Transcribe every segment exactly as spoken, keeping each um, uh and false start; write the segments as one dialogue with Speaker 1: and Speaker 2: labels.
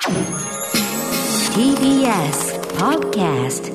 Speaker 1: ティービーエス Podcast。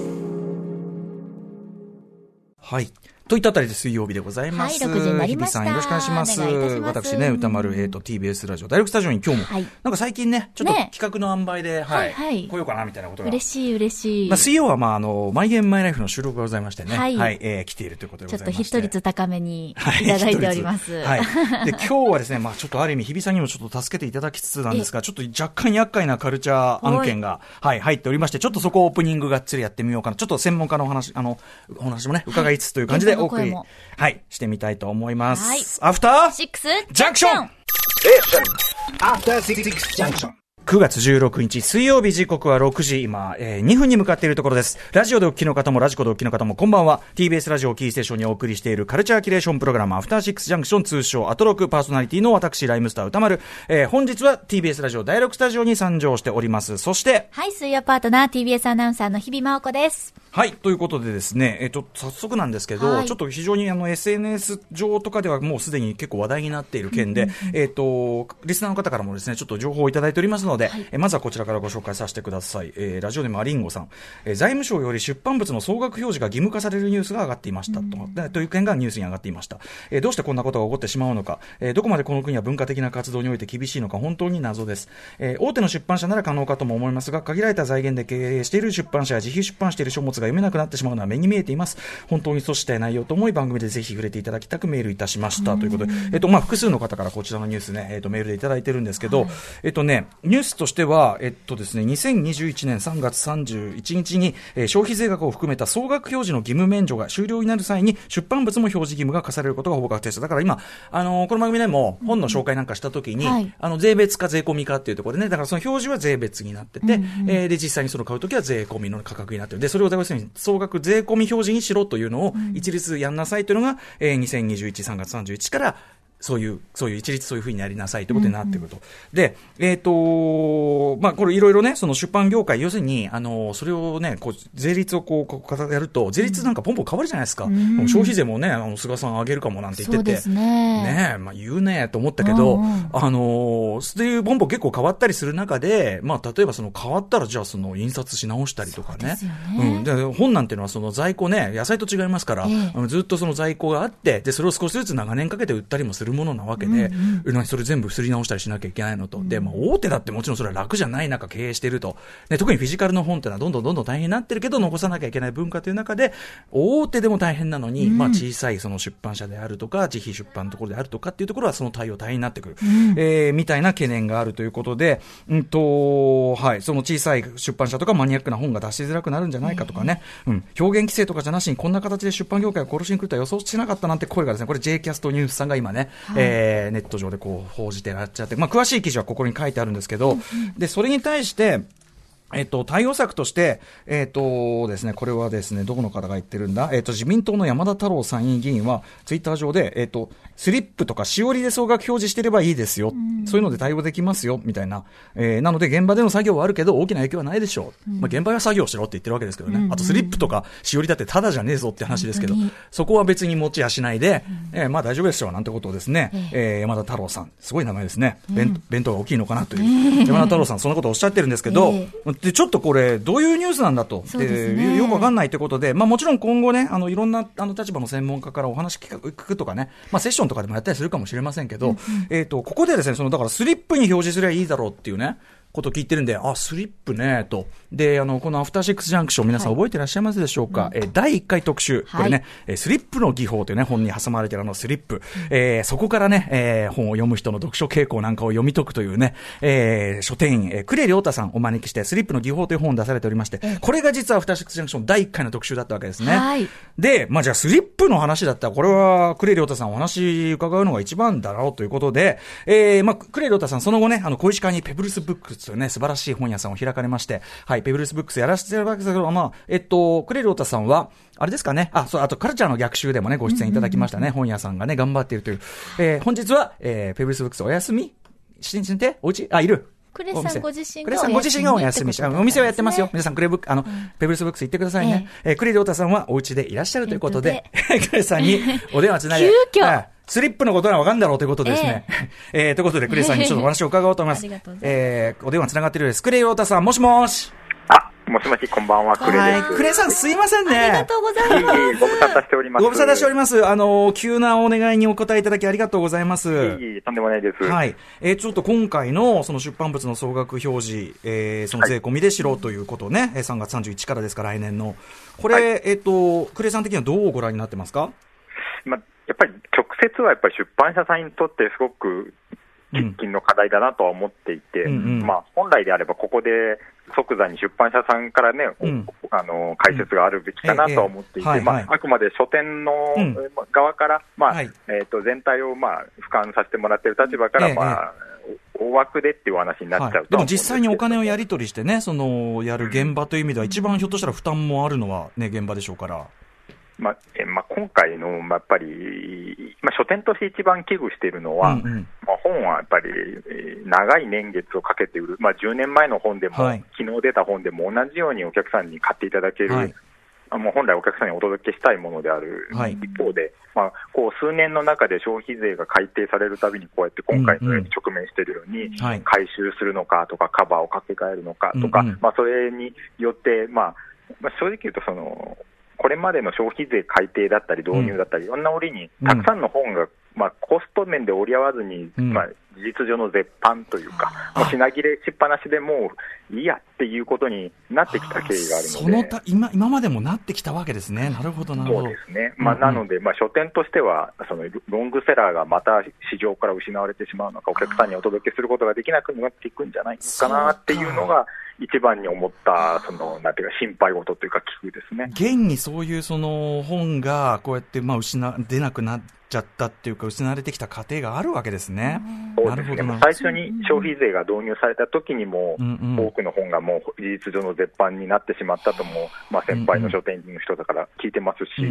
Speaker 2: はい。といったあたりで水曜日でございます。
Speaker 3: はい、ろくじになりました。
Speaker 2: 日比さんよろしくお願いします。
Speaker 3: お願いいたします。
Speaker 2: 私ね、歌丸、えっ、ー、と、ティービーエス ラジオ、ダイレクトスタジオに今日も、はい、なんか最近ね、ちょっと企画の塩梅で、ね、はい、はい、来ようかなみたいなことが。
Speaker 3: 嬉しい、嬉しい。
Speaker 2: まあ、水曜は、まあ、あの、マイゲームマイライフの収録がございましてね、はい、はい、えー、来ているということでございまして。
Speaker 3: ちょっとヒット率高めにいただいております。
Speaker 2: はい。はい、で、今日はですね、まあ、ちょっとある意味、日比さんにもちょっと助けていただきつつなんですが、ちょっと若干厄介なカルチャー案件が、はい、入っておりまして、ちょっとそこをオープニングがっつりやってみようかな。ちょっと専門家のお話、あの、お話もね、伺いつつという感じでお送り、はい、してみたいと思います。はい、アフター
Speaker 3: シックス
Speaker 2: ジャンクション。アフターシックスジャンクション。くがつじゅうろくにち水曜日、時刻はろくじ、今、えー、にふんに向かっているところです。ラジオでお聞きの方もラジコでお聞きの方もこんばんは。 ティービーエス ラジオキーステーションにお送りしているカルチャーキュレーションプログラムアフターシックスジャンクション、通称アトロク、パーソナリティの私ライムスター歌丸、えー、本日は ティービーエス ラジオ第ろくスタジオに参上しております。そして
Speaker 3: はい、水曜パートナー ティービーエス アナウンサーの日比真央子です。
Speaker 2: はい。ということでですね、えっと、早速なんですけど、はい、ちょっと非常にあの エスエヌエス 上とかではもうすでに結構話題になっている件で、うんうんうん、えっと、リスナーの方からもですね、ちょっと情報をいただいておりますので、はい、えまずはこちらからご紹介させてください。えー、ラジオネームアリンゴさん、えー。財務省より出版物の総額表示が義務化されるニュースが上がっていました。うん、と, という件がニュースに上がっていました。えー、どうしてこんなことが起こってしまうのか、えー、どこまでこの国は文化的な活動において厳しいのか本当に謎です。えー、大手の出版社なら可能かとも思いますが、限られた財源で経営している出版社や自費出版している書物が読めなくなってしまうのは目に見えています。本当に阻止したい内容と思い番組でぜひ触れていただきたくメールいたしましたということで、えっとまあ複数の方からこちらのニュースね、えっとメールでいただいてるんですけど、はい、えっとねニュースとしてはえっとですねにせんにじゅういちねんさんがつさんじゅういちにちに、えー、消費税額を含めた総額表示の義務免除が終了になる際に出版物も表示義務が課されることがほぼ確定した。だから今あのー、この番組でも本の紹介なんかしたときに、うんはい、あの税別か税込みかっていうところでね、だからその表示は税別になってて、うんうんえー、で実際にその買うときは税込みの価格になってる。でそれをだから総額税込み表示にしろというのを一律やんなさいというのが、えー、にせんにじゅういちねんさんがつさんじゅういちにちからそういう、そういう一律そういうふうにやりなさいということになってくると。うんうん、で、えっ、ー、と、まあ、これいろいろね、その出版業界、要するに、あの、それをね、こう、税率をこう、こうやると、税率なんかポンポン変わるじゃないですか。うん、消費税もね、あの、菅さん上げるかもなんて言ってて。
Speaker 3: そうですね。
Speaker 2: ねえ、まあ、言うねと思ったけど、うんうん、あの、そういうポンポン結構変わったりする中で、まあ、例えばその変わったら、じゃあその印刷し直したりとかね。そうですよね。うん。で、本なんていうのはその在庫ね、野菜と違いますから、ええ、ずっとその在庫があって、で、それを少しずつ長年かけて売ったりもするものなわけで、うんうん、それ全部すり直したりしなきゃいけないのと、うん、で、まあ、大手だってもちろんそれは楽じゃない中経営していると、ね、特にフィジカルの本ってのはどんどんどんどん大変になってるけど残さなきゃいけない文化という中で大手でも大変なのに、うんまあ、小さいその出版社であるとか自費出版のところであるとかっていうところはその対応大変になってくる、うんえー、みたいな懸念があるということで、うんとはい、その小さい出版社とかマニアックな本が出しづらくなるんじゃないかとかね、うん、表現規制とかじゃなしにこんな形で出版業界を殺しに来るとは予想しなかったなんて声がですね、これ J キャストニュースさんが今ね、はいえー、ネット上でこう報じてらっしゃって、まあ、詳しい記事はここに書いてあるんですけど、うんうん、でそれに対してえっと、対応策として、えっとですね、これはですね、どこの方が言ってるんだ、えっと、自民党の山田太郎参院議員は、ツイッター上で、えっと、スリップとかしおりで総額表示してればいいですよ、うん、そういうので対応できますよ、みたいな。えー、なので、現場での作業はあるけど、大きな影響はないでしょう。うん、まあ、現場は作業しろって言ってるわけですけどね。うん、あと、スリップとかしおりだってただじゃねえぞって話ですけど、そこは別に持ちやしないで、うん、えー、まあ大丈夫でしょう、なんてことをですね、えー、山田太郎さん、すごい名前ですね。うん、弁, 弁当が大きいのかなという。山田太郎さん、そんなことをおっしゃってるんですけど、えー、で、ちょっとこれ、どういうニュースなんだと、
Speaker 3: そうですね、
Speaker 2: よくわかんないということで、まあ、もちろん今後ね、あのいろんなあの立場の専門家からお話聞くとかね、まあ、セッションとかでもやったりするかもしれませんけど、うんうんえー、とここでですね、そのだからスリップに表示すればいいだろうっていうね、ことを聞いてるんで、あ、スリップねと。で、あの、このアフターシックスジャンクション、皆さん覚えてらっしゃいますでしょうか、はいうん、えだいいっかい特集。これね、はい、スリップの技法というね、本に挟まれているあのスリップ。うん、えー、そこからね、えー、本を読む人の読書傾向なんかを読み解くというね、えー、書店員、えー、呉亮太さんをお招きして、スリップの技法という本を出されておりまして、これが実はアフターシックスジャンクションだいいっかいの特集だったわけですね。はい、で、まあ、じゃあスリップの話だったら、これは呉亮太さんお話伺うのが一番だろうということで、えー、まあ、呉亮太さんその後ね、あの、小石川にペブルスブックスというね、素晴らしい本屋さんを開かれまして、はい、ペブルスブックスやらせてるわけですけど、まあ、えっと、呉亮太さんは、あれですかね、あ、そう、あとカルチャーの逆襲でもね、ご出演いただきましたね、うんうんうん、本屋さんがね、頑張っているという。えー、本日は、えー、ペブルスブックスお休みしんておうちあ、いる
Speaker 3: クレさんご自身が
Speaker 2: クレさんご自身がお休みし、お店はやってますよ。皆さんクレブック、あの、うん、ペブルスブックス行ってくださいね。えー、えー、クレ亮太さんはお家でいらっしゃるということで、クレさんにお電話つないで、
Speaker 3: 急遽
Speaker 2: スリップのことはわかんだろうということでですね。えー、えー、ということで、クレイさんにちょっとお話を伺おうと思います。
Speaker 3: ありがとうございます。
Speaker 2: えー、お電話つながっているようです。クレイ陽太さん、もしもし。
Speaker 4: あ、もしもし、こんばんは、クレイです。はい、
Speaker 2: クレイさん、すいませんね。
Speaker 3: ありがとうございます。
Speaker 4: いいご無沙汰しております。
Speaker 2: ご無沙汰しております。あの、急なお願いにお答えいただきありがとうございます。
Speaker 4: いい、とんでもないです。
Speaker 2: はい。えー、ちょっと今回の、その出版物の総額表示、えー、その税込みでしろということをね、はい、さんがつさんじゅういちからですか、来年の。これ、はい、えっと、クレイさん的にはどうご覧になってますか？
Speaker 4: ま、やっぱり直接はやっぱり出版社さんにとってすごく喫緊の課題だなとは思っていて、うんうんうん、まあ、本来であればここで即座に出版社さんからね、うん、あの解説があるべきかなとは思っていて、まあ、あくまで書店の側から、まあ、はい、えー、と全体をまあ俯瞰させてもらっている立場から、まあ、ええ、大枠でっていう話になっちゃうと、はい、
Speaker 2: でも実際にお金をやり取りしてね、そのやる現場という意味では、一番ひょっとしたら負担もあるのは、ね、現場でしょうから。
Speaker 4: まあえまあ、今回の、まあ、やっぱり、まあ、書店として一番危惧しているのは、うんうん、まあ、本はやっぱり長い年月をかけて売る、まあ、じゅうねんまえの本でも、はい、昨日出た本でも同じようにお客さんに買っていただける、はい、もう本来お客さんにお届けしたいものである、はい、一方で、まあ、こう数年の中で消費税が改定されるたびにこうやって今回のように直面しているように、うんうん、回収するのかとかカバーを掛け替えるのかとか、うんうん、まあ、それによって、まあまあ、正直言うとそのこれまでの消費税改定だったり導入だったり、いろんな折にたくさんの本が、まあ、コスト面で折り合わずに、まあ、事実上の絶版というか、もう品切れしっぱなしでもういいやっていうことになってきた経緯があるので、
Speaker 2: そのた 今, 今までもなってきたわけですね。なるほどなるほど。
Speaker 4: そうですね、まあ、なので、まあ、書店としてはそのロングセラーがまた市場から失われてしまうのか、お客さんにお届けすることができなくなっていくんじゃないかなっていうのが一番に思ったそのなんていうか心配事というか危惧ですね。
Speaker 2: 現にそういうその本がこうやってまあ失出なくなっちゃったっていうか失われてきた過程があるわけですね。
Speaker 4: そうですね。なるほどな。最初に消費税が導入された時にも、うんうん、多くの本がもう事実上の絶版になってしまったとも、まあ、先輩の書店の人だから聞いてますし、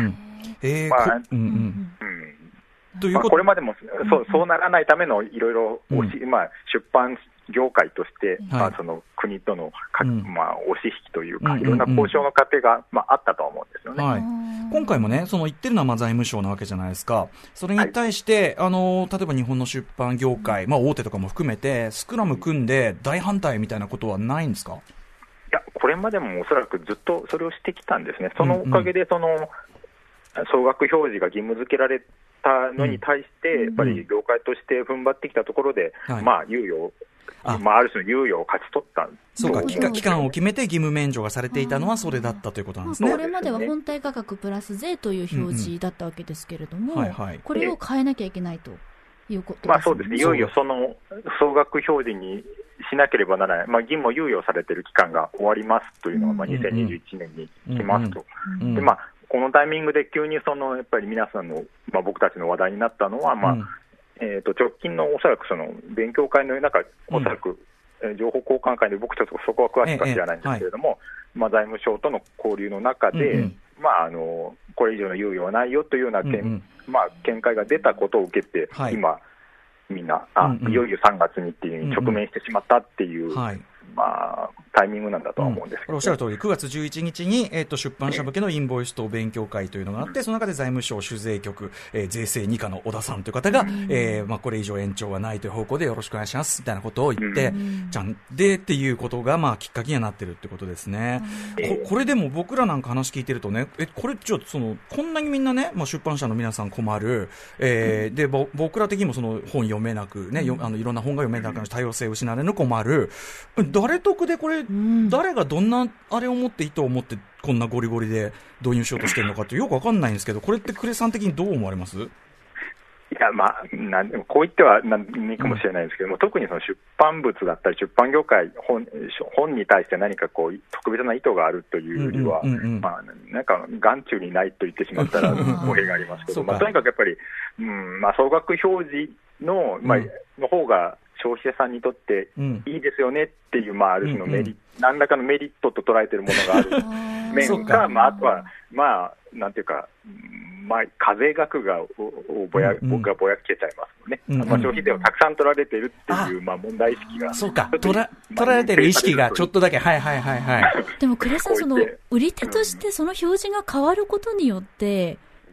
Speaker 4: これまでも そ, そうならないためのいろいろ出版業界として、はい、まあ、その国とのか、うん、まあ、押し引きというか、うんうんうん、いろんな交渉の過程が、まあ、あったとは思うんですよね。
Speaker 2: はい、今回もね、その言ってるのはまあ財務省なわけじゃないですか。それに対して、はい、あの例えば日本の出版業界、まあ、大手とかも含めてスクラム組んで大反対みたいなことはないんですか？い
Speaker 4: や、これまでもおそらくずっとそれをしてきたんですね。そのおかげでその、うんうん、総額表示が義務付けられたのに対して、うん、やっぱり業界として踏ん張ってきたところで、うん、まあ、猶予あ, まあ、ある種の猶予を勝ち取った。
Speaker 2: そうか、期間、期間を決めて義務免除がされていたのはそれだったということなんですね。
Speaker 3: これまでは本体価格プラス税という表示だったわけですけれども、うんうん、はいはい、これを変えなきゃいけないということですね。
Speaker 4: まあ、そうですね。いよいよその総額表示にしなければならない、まあ、義務猶予されている期間が終わりますというのが、まあ、にせんにじゅういちねんに来ますと。うんうん、で、まあ、このタイミングで急にそのやっぱり皆さんの、まあ、僕たちの話題になったのは、まあ、うん、えー、と直近のおそらくその勉強会の中、おそらく、うん、情報交換会で僕ちょっとそこは詳しくは知らないんですけれども、ええはい、まあ、財務省との交流の中で、うんうん、まあ、あのこれ以上の猶予はないよというような見、うんうん、まあ、見解が出たことを受けて、はい、今みんなあ、うんうん、いよいよさんがつにっていうに直面してしまったっていう、うんうん、はい、まあ、タイミングなんだとは思うんですけど、
Speaker 2: うん、おっしゃる通りくがつじゅういちにちに、えー、と出版社向けのインボイス等勉強会というのがあって、うん、その中で財務省主税局、えー、税制に課の小田さんという方が、うん、えーまあ、これ以上延長はないという方向でよろしくお願いしますみたいなことを言って、うん、ちゃんでっていうことが、まあ、きっかけにはなってるってことですね、うん、こ, これでも僕らなんか話聞いてるとね、えこれちょっとそのこんなにみんなね、まあ、出版社の皆さん困る、えーうん、で僕ら的にもその本読めなく、ね、うん、あのいろんな本が読めなく多様性を失われるの困る、誰得でこれ、うん、誰がどんなあれを持って意図を持ってこんなゴリゴリで導入しようとしてるのかってよくわかんないんですけど、これってクレさん的にどう思われます？
Speaker 4: いや、まあ、なんこう言っては何かもしれないですけども、うん、特にその出版物だったり出版業界 本, 本に対して何かこう特別な意図があるというよりは、うんうんうんうん、まあ、なんか眼中にないと言ってしまったら語弊がありますけど、まあ、とにかくやっぱり、うん、まあ、総額表示 の,、まあ、の方が消費者さんにとっていいですよねっていう、まあ、ある種のメリット、うんうん、何らかのメリットと捉えているものがある面か、まあ、あとは、まあ、なんていうか、まあ、課税額がぼや、うんうん、僕がぼやけちゃいますね、うんうん、まあ、消費税をたくさん取られているっていう、まあ、問題意識が、
Speaker 2: そうか、取ら、取られてる意識がちょっとだけ、はいはいはいはい。
Speaker 3: でも、クレさん、その売り手としてその表示が変わることによって、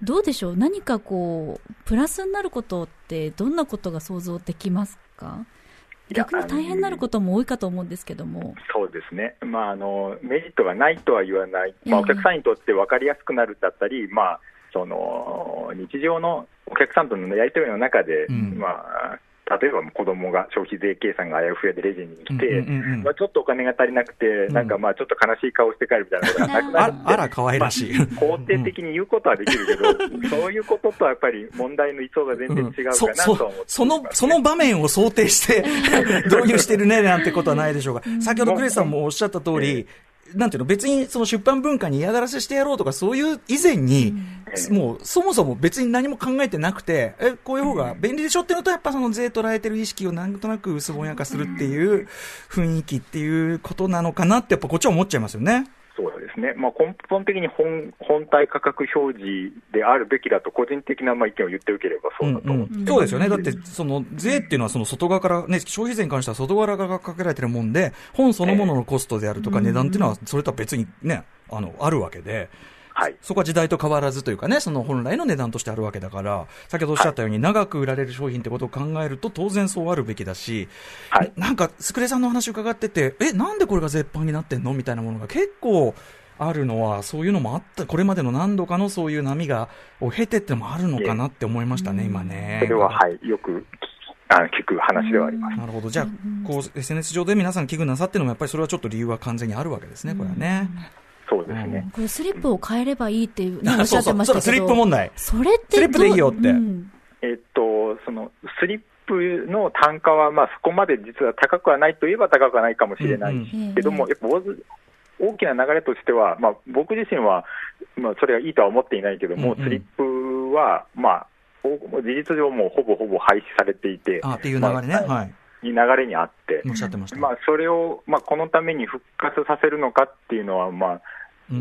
Speaker 3: どうでしょう、何かこうプラスになることってどんなことが想像できますか？逆に大変になることも多いかと思うんですけども。
Speaker 4: そうですね、まあ、あのメリットがないとは言わない、まあ、お客さんにとって分かりやすくなるだったり、まあ、その日常のお客さんとのやり取りの中で、うんまあ例えば子供が消費税計算があやふやでレジに来て、うんうんうんまあ、ちょっとお金が足りなくて、うん、なんかまあちょっと悲しい顔して帰るみたいなことがなくなるんで
Speaker 2: あ, あら可愛らしい、
Speaker 4: まあ、肯定的に言うことはできるけど、うん、そういうこととはやっぱり問題の位相が全然違うかなと思って、うん、そ, そ,
Speaker 2: そ, のその場面を想定して導入してるねなんてことはないでしょうか。先ほどクレスさんもおっしゃった通り、えーなんていうの、別にその出版文化に嫌がらせしてやろうとかそういう以前に、うん、もうそもそも別に何も考えてなくて、えこういう方が便利でしょっていうのと、やっぱその税捉えてる意識をなんとなく薄ぼんやかするっていう雰囲気っていうことなのかなってやっぱこっちは思っちゃいますよね。
Speaker 4: そうですね、まあ、根本的に 本, 本体価格表示であるべきだと個人的なまあ意見を言っておければそうだと思って、うんうん、
Speaker 2: そうですよね。だってその税っていうのはその外側から、ね、消費税に関しては外側からかけられてるもんで、本そのもののコストであるとか値段っていうのはそれとは別に、ね、あのあるわけで、はい、そこは時代と変わらずというかね、その本来の値段としてあるわけだから、先ほどおっしゃったように、はい、長く売られる商品ってことを考えると当然そうあるべきだし、はい、なんかスクレさんの話を伺ってて、えなんでこれが絶版になってんのみたいなものが結構あるのは、そういうのもあった、これまでの何度かのそういう波がを経てってもあるのかなって思いましたね、今ね。
Speaker 4: それは、はい、よくあ聞く話ではあります。
Speaker 2: なるほど。じゃあ、こう エスエヌエス 上で皆さん危惧なさってるのも、やっぱりそれはちょっと理由は完全にあるわけですね、これはね。
Speaker 4: そうですね、
Speaker 3: うん、これスリップを変えればいいっていう、ね、おっしゃってましたけど、
Speaker 2: そうそうそう、スリップ問題、
Speaker 3: それって
Speaker 2: スリップでいいよって、うん、
Speaker 4: えっと、そのスリップの単価はまあそこまで実は高くはないといえば高くはないかもしれないけども、うんうん、やっぱ大きな流れとしては、まあ、僕自身は、まあ、それはいいとは思っていないけども、うんうん、スリップは、まあ、事実上もうほぼほぼ廃止されていて、
Speaker 2: あっていう流れね、
Speaker 4: まあ、
Speaker 2: はい、
Speaker 4: 流れにあって、
Speaker 2: おっしゃってました。
Speaker 4: まあ、それを、まあ、このために復活させるのかっていうのは、まあうんうん、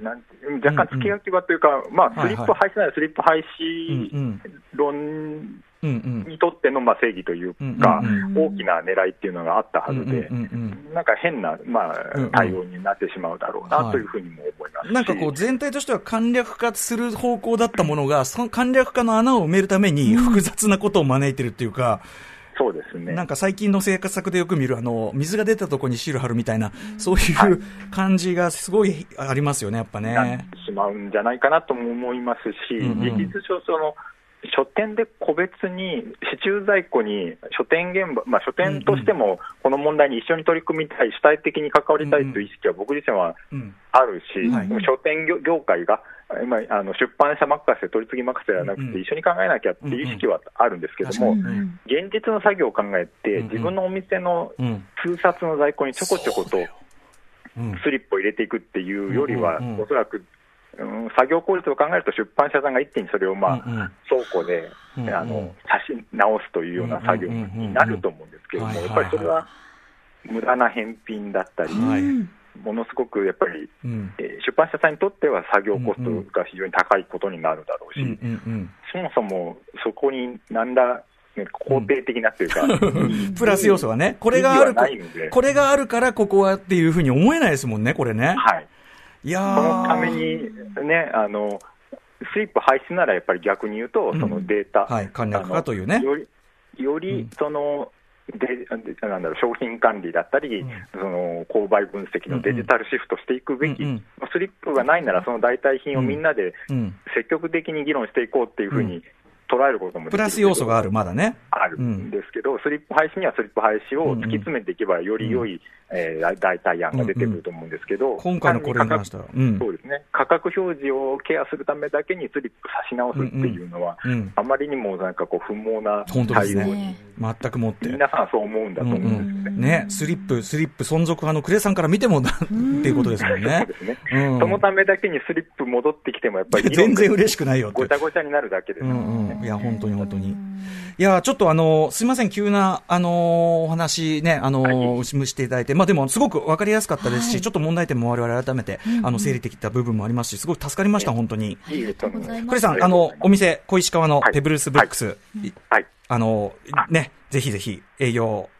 Speaker 4: なん若干付け焼き場というか、うんうん、まあ、スリップ廃止ならスリップ廃止論にとってのまあ正義というか、うんうん、大きな狙いっていうのがあったはずで、うんうんうん、なんか変な、まあ、対応になってしまうだろうなというふうにも思いますし、はい、
Speaker 2: なんかこう全体としては簡略化する方向だったものが、その簡略化の穴を埋めるために複雑なことを招いてるっていうか、うん、そうですね。なんか最近の生活策でよく見るあの水が出たところにシール貼るみたいな、うん、そういう感じがすごいありますよね、やっぱね。
Speaker 4: なってしまうんじゃないかなとも思いますし、うんうん、事実上その書店で個別に支柱在庫に書店現場、まあ、書店としてもこの問題に一緒に取り組みたい、主体的に関わりたいという意識は僕自身はあるし、うんうんはい、書店業界が今あの出版社任せ、取り次ぎ任せではなくて一緒に考えなきゃっていう意識はあるんですけども、現実の作業を考えて自分のお店の数冊の在庫にちょこちょことスリップを入れていくっていうよりは、おそらくうん、作業効率を考えると出版社さんが一手にそれを、まあうんうん、倉庫で、うんうん、あの差し直すというような作業になると思うんですけれども、やっぱりそれは無駄な返品だったり、はい、ものすごくやっぱり、うんえー、出版社さんにとっては作業コストが非常に高いことになるだろうし、うんうんうん、そもそもそこに何ら肯定的なというか、
Speaker 2: うん、プラス要素はね、これがあるこれがあるからここはっていうふうに思えないですもんね、これね。
Speaker 4: はい、
Speaker 2: いや
Speaker 4: そのために、ね、あのスリップ廃止ならやっぱり逆に言うと、うん、そのデータ、
Speaker 2: はい、簡略化というね、
Speaker 4: より、よりその、うん、でなんだろう商品管理だったり、うん、その購買分析のデジタルシフトしていくべき、うんうん、スリップがないならその代替品をみんなで積極的に議論していこうっていうふうに、うん捉えることもできる、
Speaker 2: プラス要素がある、まだね
Speaker 4: あるんですけど、うん、スリップ廃止にはスリップ廃止を突き詰めていけばより良い、うんえー、代替案が出てくると思うんですけど、
Speaker 2: うんうん、今回のこれに関しては、うん、
Speaker 4: そうですね、価格表示をケアするためだけにスリップ差し直すっていうのは、うんうん、あまりにもなんかこう不毛な対応に、ね、
Speaker 2: 全くもって
Speaker 4: 皆さんそう思うんだと思うんですよね。うんうん、
Speaker 2: ねスリップスリップ存続派のクレさんから見てもっていうことですもんね。
Speaker 4: そうですね、うん、そのためだけにスリップ戻ってきてもやっぱり
Speaker 2: 全然嬉しくないよって
Speaker 4: ごちゃごちゃになるだけですよね。
Speaker 2: うんうん、いや本当に本当にいやちょっとあのすみません急なあのお話ねあの、はい、していただいて、まあでもすごく分かりやすかったですし、はい、ちょっと問題点も我々改めて、うんうん、あの整理できた部分もありますしすごく助かりました、本当に。
Speaker 3: ありがとうございます。
Speaker 2: クレさんあのお店小石川のペブルスブックス、
Speaker 4: はいはい、
Speaker 2: あのねぜひぜひ営業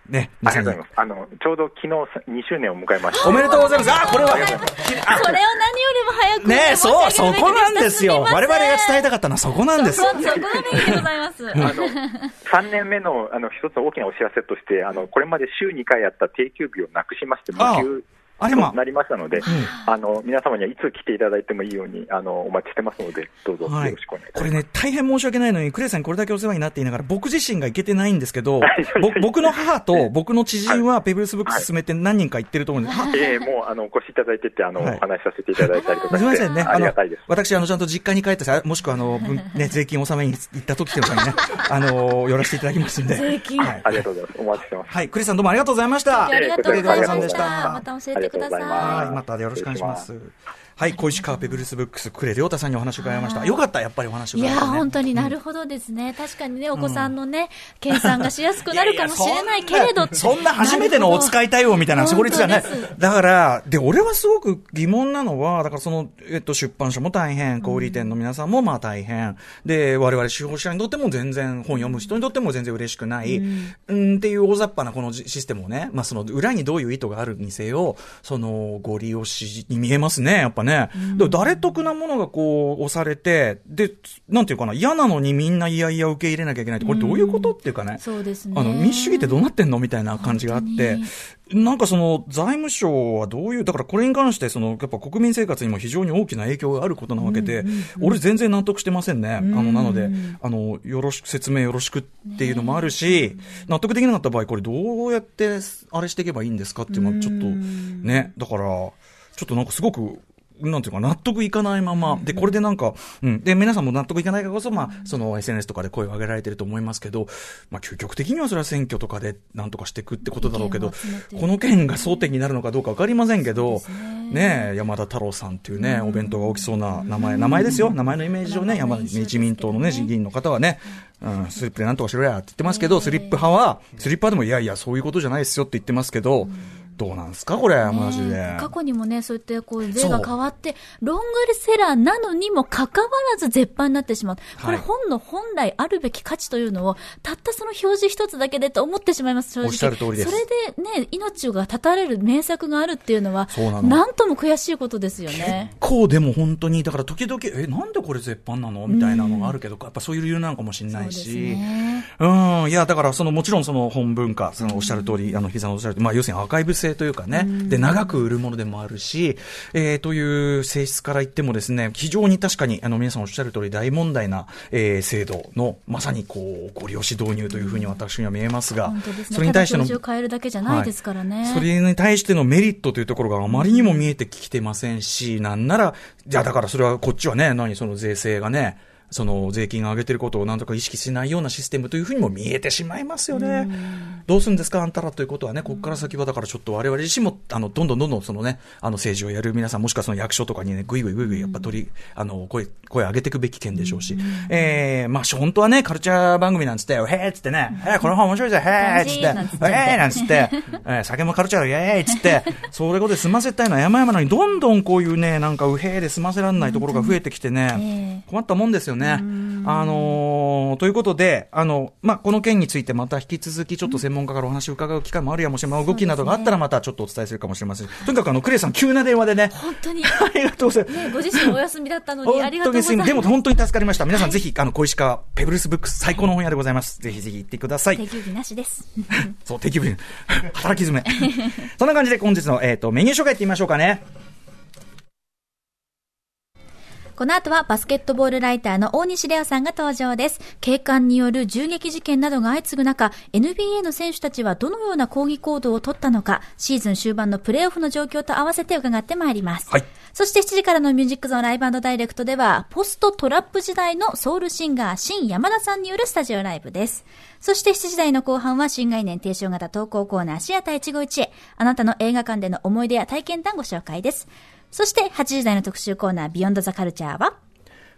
Speaker 2: ね、
Speaker 4: ありがとうございます。あの、ちょうど昨日にしゅうねんを迎えました。
Speaker 2: おめでとうございます。あ、これは。
Speaker 3: それを何よりも早く。
Speaker 2: ねえ、そう、そこなんですよ。我々が伝えたかったのはそこなんです。
Speaker 3: そこ、そこがべきでございます。あの、
Speaker 4: さんねんめの、あの、一つ大きなお知らせとして、あの、これまで週にかいやった定休日をなくしまして、無休となりましたので、あの、皆様にはいつ来ていただいてもいいように、あの、お待ちしてますので、どうぞよろしくお願いします。
Speaker 2: これね、大変申し訳ないのに、クレイさんにこれだけお世話になっていながら、僕自身が行けてないんですけど、僕の母と僕の知人はペブルスブックス進めて何人か行ってると思うんです。
Speaker 4: ええ、もう、あの、お越しいただいてて、あの、お話しさせていただいたりとかして。
Speaker 2: すみませんね。
Speaker 4: ありがたいです。
Speaker 2: 私、あの、ちゃんと実家に帰ってさ、もしくは、あの、ね、税金納めに行った時とかにね、あの、寄らせていただきますんで。
Speaker 3: 税金。
Speaker 4: ありがとうございます。お待ちしてます。
Speaker 2: はい、クレイさんどうもありがとうございました。
Speaker 3: ありがとうございました。
Speaker 2: ま
Speaker 3: た教えてください。
Speaker 2: またよろしくお願いします。はい、小石川ペブルスブックス、クレ亮太さんにお話を伺いました。よかった、やっぱりお話を伺いました、ね。
Speaker 3: いや、本当になるほどですね。うん、確かにね、お子さんのね、計算がしやすくなるかもしれないけれど。
Speaker 2: そんな初めてのお使い対応みたいな法律じゃない。だから、で、俺はすごく疑問なのは、だからその、えっと、出版社も大変、小売店の皆さんもまあ大変。で、我々司法者にとっても全然、本読む人にとっても全然嬉しくない。うん、うんっていう大雑把なこのシステムをね、まあその裏にどういう意図があるにせよ、その、ご利用しに見えますね、やっぱね。うん、誰得なものがこう押されて、で、なんていうかな、嫌なのにみんないやいや受け入れなきゃいけないって、これどういうことっていうかね。
Speaker 3: そうですね。
Speaker 2: あの、民主主義ってどうなってんのみたいな感じがあって、なんかその財務省はどういう、だからこれに関してその、やっぱ国民生活にも非常に大きな影響があることなわけで、うんうんうん、俺全然納得してませんね。うん、あの、なので、あの、よろしく、説明よろしくっていうのもあるし、納得できなかった場合、これどうやってあれしていけばいいんですかっていうのはちょっと、ね、だから、ちょっとなんかすごく、なんていうか納得いかないまま、で、これでなんか、うん、で、皆さんも納得いかないからこそ、まあ、その エスエヌエス とかで声を上げられてると思いますけど、まあ、究極的にはそれは選挙とかでなんとかしていくってことだろうけど、この件が争点になるのかどうかわかりませんけど、ねえ、山田太郎さんっていうね、お弁当が大きそうな名前、名前ですよ、名前のイメージ上ね、山田、自民党のね、議員の方はね、うん、スリップでなんとかしろやって言ってますけど、スリップ派は、スリップ派でもいやいや、そういうことじゃないですよって言ってますけど、どうなんですかこれ、マジで。
Speaker 3: 過去にもね、そうやってこう税が変わってロングセラーなのにもかかわらず絶版になってしまう。これ本の本来あるべき価値というのをたったその表示一つだけでと思ってしまいます。正直。
Speaker 2: おっしゃる通りです。
Speaker 3: それでね、命が絶たれる名作があるっていうのはなんとも悔しいことですよね。
Speaker 2: 結構でも本当にだから時々えなんでこれ絶版なのみたいなのがあるけど、やっぱそういう理由なのかもしれないし。そうですね。うん、いやだからそのもちろんその本文化、そのおっしゃる通り、あの膝のおっしゃる通り、まあ要するにアーカイブ性というかね。で長く売るものでもあるし、えー、という性質から言ってもですね、非常に確かにあの皆さんおっしゃる通り大問題な、えー、制度のまさにこうご利用し導入というふうに私には見えますが、
Speaker 3: 本当ですね、
Speaker 2: それに対しての
Speaker 3: ただ表示を変えるだけじゃないですからね、
Speaker 2: はい、それに対してのメリットというところがあまりにも見えてきてませんし、なんならじゃあだからそれはこっちはね、何その税制がね、その税金が上げてることをなんとか意識しないようなシステムというふうにも見えてしまいますよね。どうするんですかあんたらということはね、ここから先はだからちょっと我々自身もあのどんどんどんどんそのね、あの政治をやる皆さんもしくはその役所とかにね、ぐいぐいぐいぐいやっぱ取りあの声声上げていくべき件でしょうし、えー、まあ本当はねカルチャー番組なんつってへーっつってね、へーこの本面白いぜへーっつってへーなんつって、えー、酒もカルチャーイエーイっつってそれこで済ませたいのは山々なのにどんどんこういうねなんかうへーで済ませられないところが増えてきてね、困ったもんですよね。あのー、ということで、あの、まあ、この件についてまた引き続きちょっと専門家からお話を伺う機会もあるやもしれません。動きなどがあったらまたちょっとお伝えするかもしれません。とにかくあの、クレイさん急な電話でね。
Speaker 3: 本当に。
Speaker 2: ありがとうございます。
Speaker 3: ね、ご自身お休みだったのにありがとうございます。
Speaker 2: でも本当に助かりました。皆さんぜひ、あの、小石川ペブルスブックス最高の本屋でございます。ぜひぜひ行ってください。
Speaker 3: 定休日なしです。
Speaker 2: そう、定休日。働き詰め。そんな感じで本日の、えっと、メニュー紹介いってみましょうかね。
Speaker 3: この後はバスケットボールライターの大西レオさんが登場です。警官による銃撃事件などが相次ぐ中、エヌビーエー の選手たちはどのような抗議行動を取ったのか、シーズン終盤のプレーオフの状況と合わせて伺ってまいります。はい。そしてしちじからのミュージックゾーンライブ&ダイレクトでは、ポストトラップ時代のソウルシンガー、新山田さんによるスタジオライブです。そしてしちじ台の後半は新概念提唱型投稿コーナーシアター一期一会。あなたの映画館での思い出や体験談ご紹介です。そしてはちじ台の特集コーナービヨンドザカルチャーは、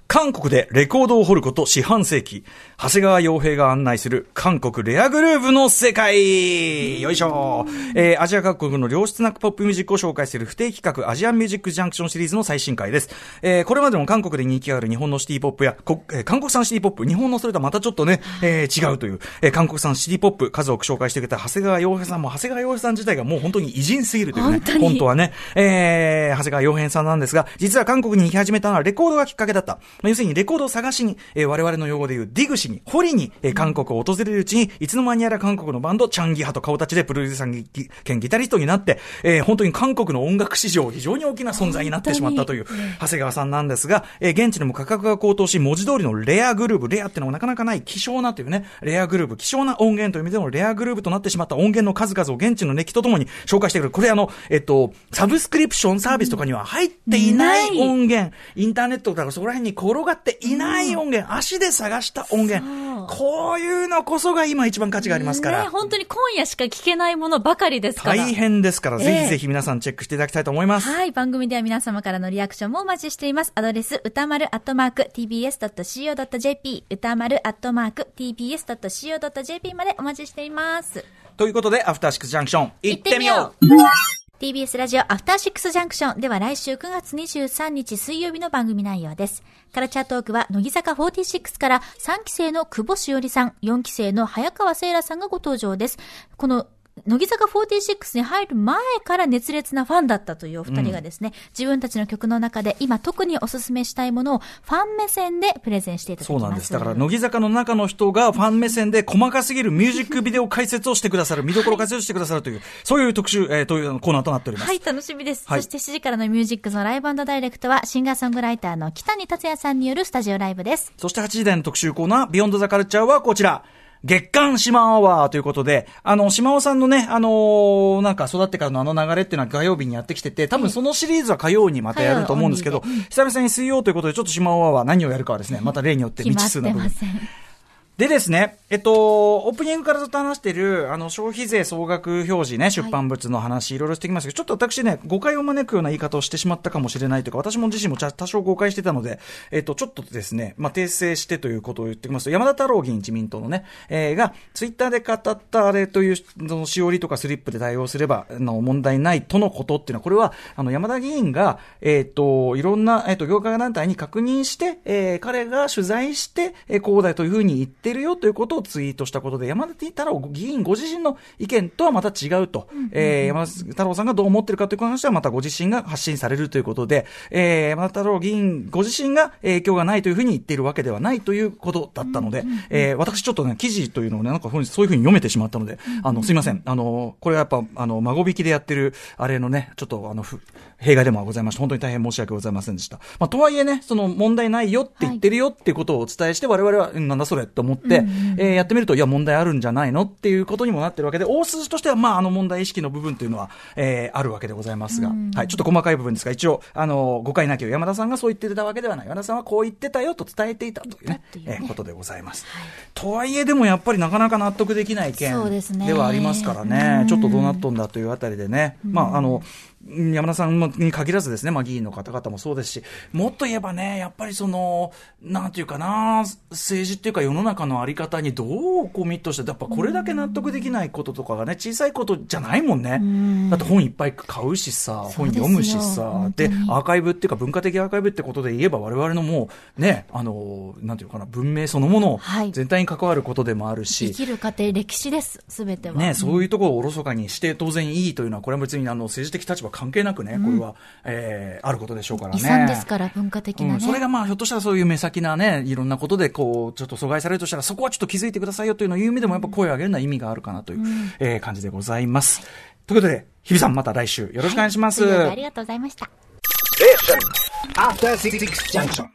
Speaker 2: 韓国でレコードを掘ること四半世紀。長谷川洋平が案内する韓国レアグルーヴの世界。よいしょ。えー、アジア各国の良質なポップミュージックを紹介する不定期企画アジアンミュージックジャンクションシリーズの最新回です。えー、これまでも韓国で人気がある日本のシティポップや、えー、韓国産シティポップ、日本のそれとはまたちょっとね、えー、違うという、えー、韓国産シティポップ数多く紹介してくれた長谷川洋平さんも、長谷川洋平さん自体がもう本当に偉人すぎるというね、本, 本当はね、えー、長谷川洋平さんなんですが、実は韓国に行き始めたのはレコードがきっかけだった。まあ、要するにレコードを探しに、えー、我々の用語でいうディグしに、掘りに、えー、韓国を訪れるうちに、いつの間にやら韓国のバンド、チャンギハと顔立ちでプロデューサー兼ギタリストになって、えー、本当に韓国の音楽史上非常に大きな存在になってしまったという長谷川さんなんですが、えー、現地でも価格が高騰し、文字通りのレアグルーヴ、レアっていうのがなかなかない希少なというね、レアグルーヴ、希少な音源という意味でのレアグルーヴとなってしまった音源の数々を現地の熱気とともに紹介してくる。これあの、えっと、サブスクリプションサービスとかには入っていない音源、インターネットとかそこら辺に転がっていない音源、足で探した音源、こういうのこそが今一番価値がありますから。
Speaker 3: ね、本当に今夜しか聞けないものばかりですから。
Speaker 2: 大変ですから、えー、ぜひぜひ皆さんチェックしていただきたいと思います。
Speaker 3: はい、番組では皆様からのリアクションもお待ちしています。アドレス、歌丸アットマーク ティービーエスドットシーオードットジェーピー、歌丸アットマーク ティービーエスドットシーオードットジェーピー までお待ちしています。
Speaker 2: ということで、アフターシックスジャンクション、行ってみよう。
Speaker 3: ティービーエス ラジオアフターシックスジャンクションでは来週くがつにじゅうさんにち水曜日の番組内容です。カルチャートークは乃木坂フォーティーシックスからさんき生の久保しおりさん、よんき生の早川聖羅さんがご登場です。この乃木坂フォーティーシックスに入る前から熱烈なファンだったというお二人がですね、うん、自分たちの曲の中で今特におすすめしたいものをファン目線でプレゼンしていただきます。
Speaker 2: そうなんです。だから乃木坂の中の人がファン目線で細かすぎるミュージックビデオ解説をしてくださる、見どころ解説をしてくださるという、はい、そういう特集、えー、というコーナーとなっております。
Speaker 3: はい、楽しみです。はい、そしてしちじからのミュージックのライブ&ダイレクトはシンガーソングライターの北谷達也さんによるスタジオライブです。
Speaker 2: そしてはちじ台の特集コーナー、ビヨンドザカルチャーはこちら。月刊シマアワーということで、あの、シマオさんのね、あのー、なんか育ってからのあの流れっていうのは火曜日にやってきてて、多分そのシリーズは火曜にまたやると思うんですけど、久々に水曜ということで、ちょっとシマアワーは何をやるかはですね、また例によって未知数な部分。でですね、えっと、オープニングからずっと話している、あの、消費税総額表示ね、出版物の話、はい、いろいろしてきましたけど、ちょっと私ね、誤解を招くような言い方をしてしまったかもしれないというか、私も自身も多少誤解してたので、えっと、ちょっとですね、まあ、訂正してということを言ってきますと、山田太郎議員、自民党のね、えー、が、ツイッターで語ったあれという、その、しおりとかスリップで対応すれば、あの、問題ないとのことっていうのは、これは、あの、山田議員が、えっと、いろんな、えっと、業界団体に確認して、えー、彼が取材して、えー、こうだというふうに言ってるよということをツイートしたことで、山田太郎議員ご自身の意見とはまた違うと、うんうんうん、えー、山田太郎さんがどう思ってるかという話はまたご自身が発信されるということで、えー、山田太郎議員ご自身が影響がないというふうに言っているわけではないということだったので、うんうんうん、えー、私ちょっとね、記事というのをね、なんかそういうふうに読めてしまったので、うんうん、あの、すいません。あの、これはやっぱ、あの、孫引きでやってる、あれのね、ちょっとあの、弊害でもございました。本当に大変申し訳ございませんでした。まあ、とはいえね、その問題ないよって言ってるよっていうことをお伝えして、はい、我々は、なんだそれと思って、うんうん、えー、やってみると、いや、問題あるんじゃないのっていうことにもなってるわけで、大筋としては、まあ、あの問題意識の部分というのは、えー、あるわけでございますが、はい、ちょっと細かい部分ですが、一応、あの、誤解なきを山田さんがそう言ってたわけではない。山田さんはこう言ってたよと伝えていたというね、えー、ことでございます。はい、とはいえ、でもやっぱりなかなか納得できない件ではありますからね、ちょっとどうなっとんだというあたりでね、まあ、あの、山田さんに限らずですね、まあ議員の方々もそうですし、もっと言えばね、やっぱりその、なんていうかな、政治っていうか世の中のあり方にどうコミットして、やっぱこれだけ納得できないこととかがね、小さいことじゃないもんね。んだって本いっぱい買うしさ、本読むしさ、で、アーカイブっていうか文化的アーカイブってことで言えば我々のもう、ね、あの、なんていうかな、文明そのもの全体に関わることでもあるし。
Speaker 3: はい、生きる過程、歴史です、すべては。
Speaker 2: ね、そういうところをおろそかにして当然いいというのは、これは別にあの政治的立場関係なくね、これは、うん、えー、あることでしょうからね。
Speaker 3: 遺産ですから、文化的なね、
Speaker 2: うん。それがまあ、ひょっとしたらそういう目先なね、いろんなことで、こう、ちょっと阻害されるとしたら、そこはちょっと気づいてくださいよというのを言う意味でも、やっぱ声を上げるのは意味があるかなという、うん、えー、感じでございます。はい、ということで、日比さん、また来週よろしくお願いします。
Speaker 3: はい、ありがとうございました。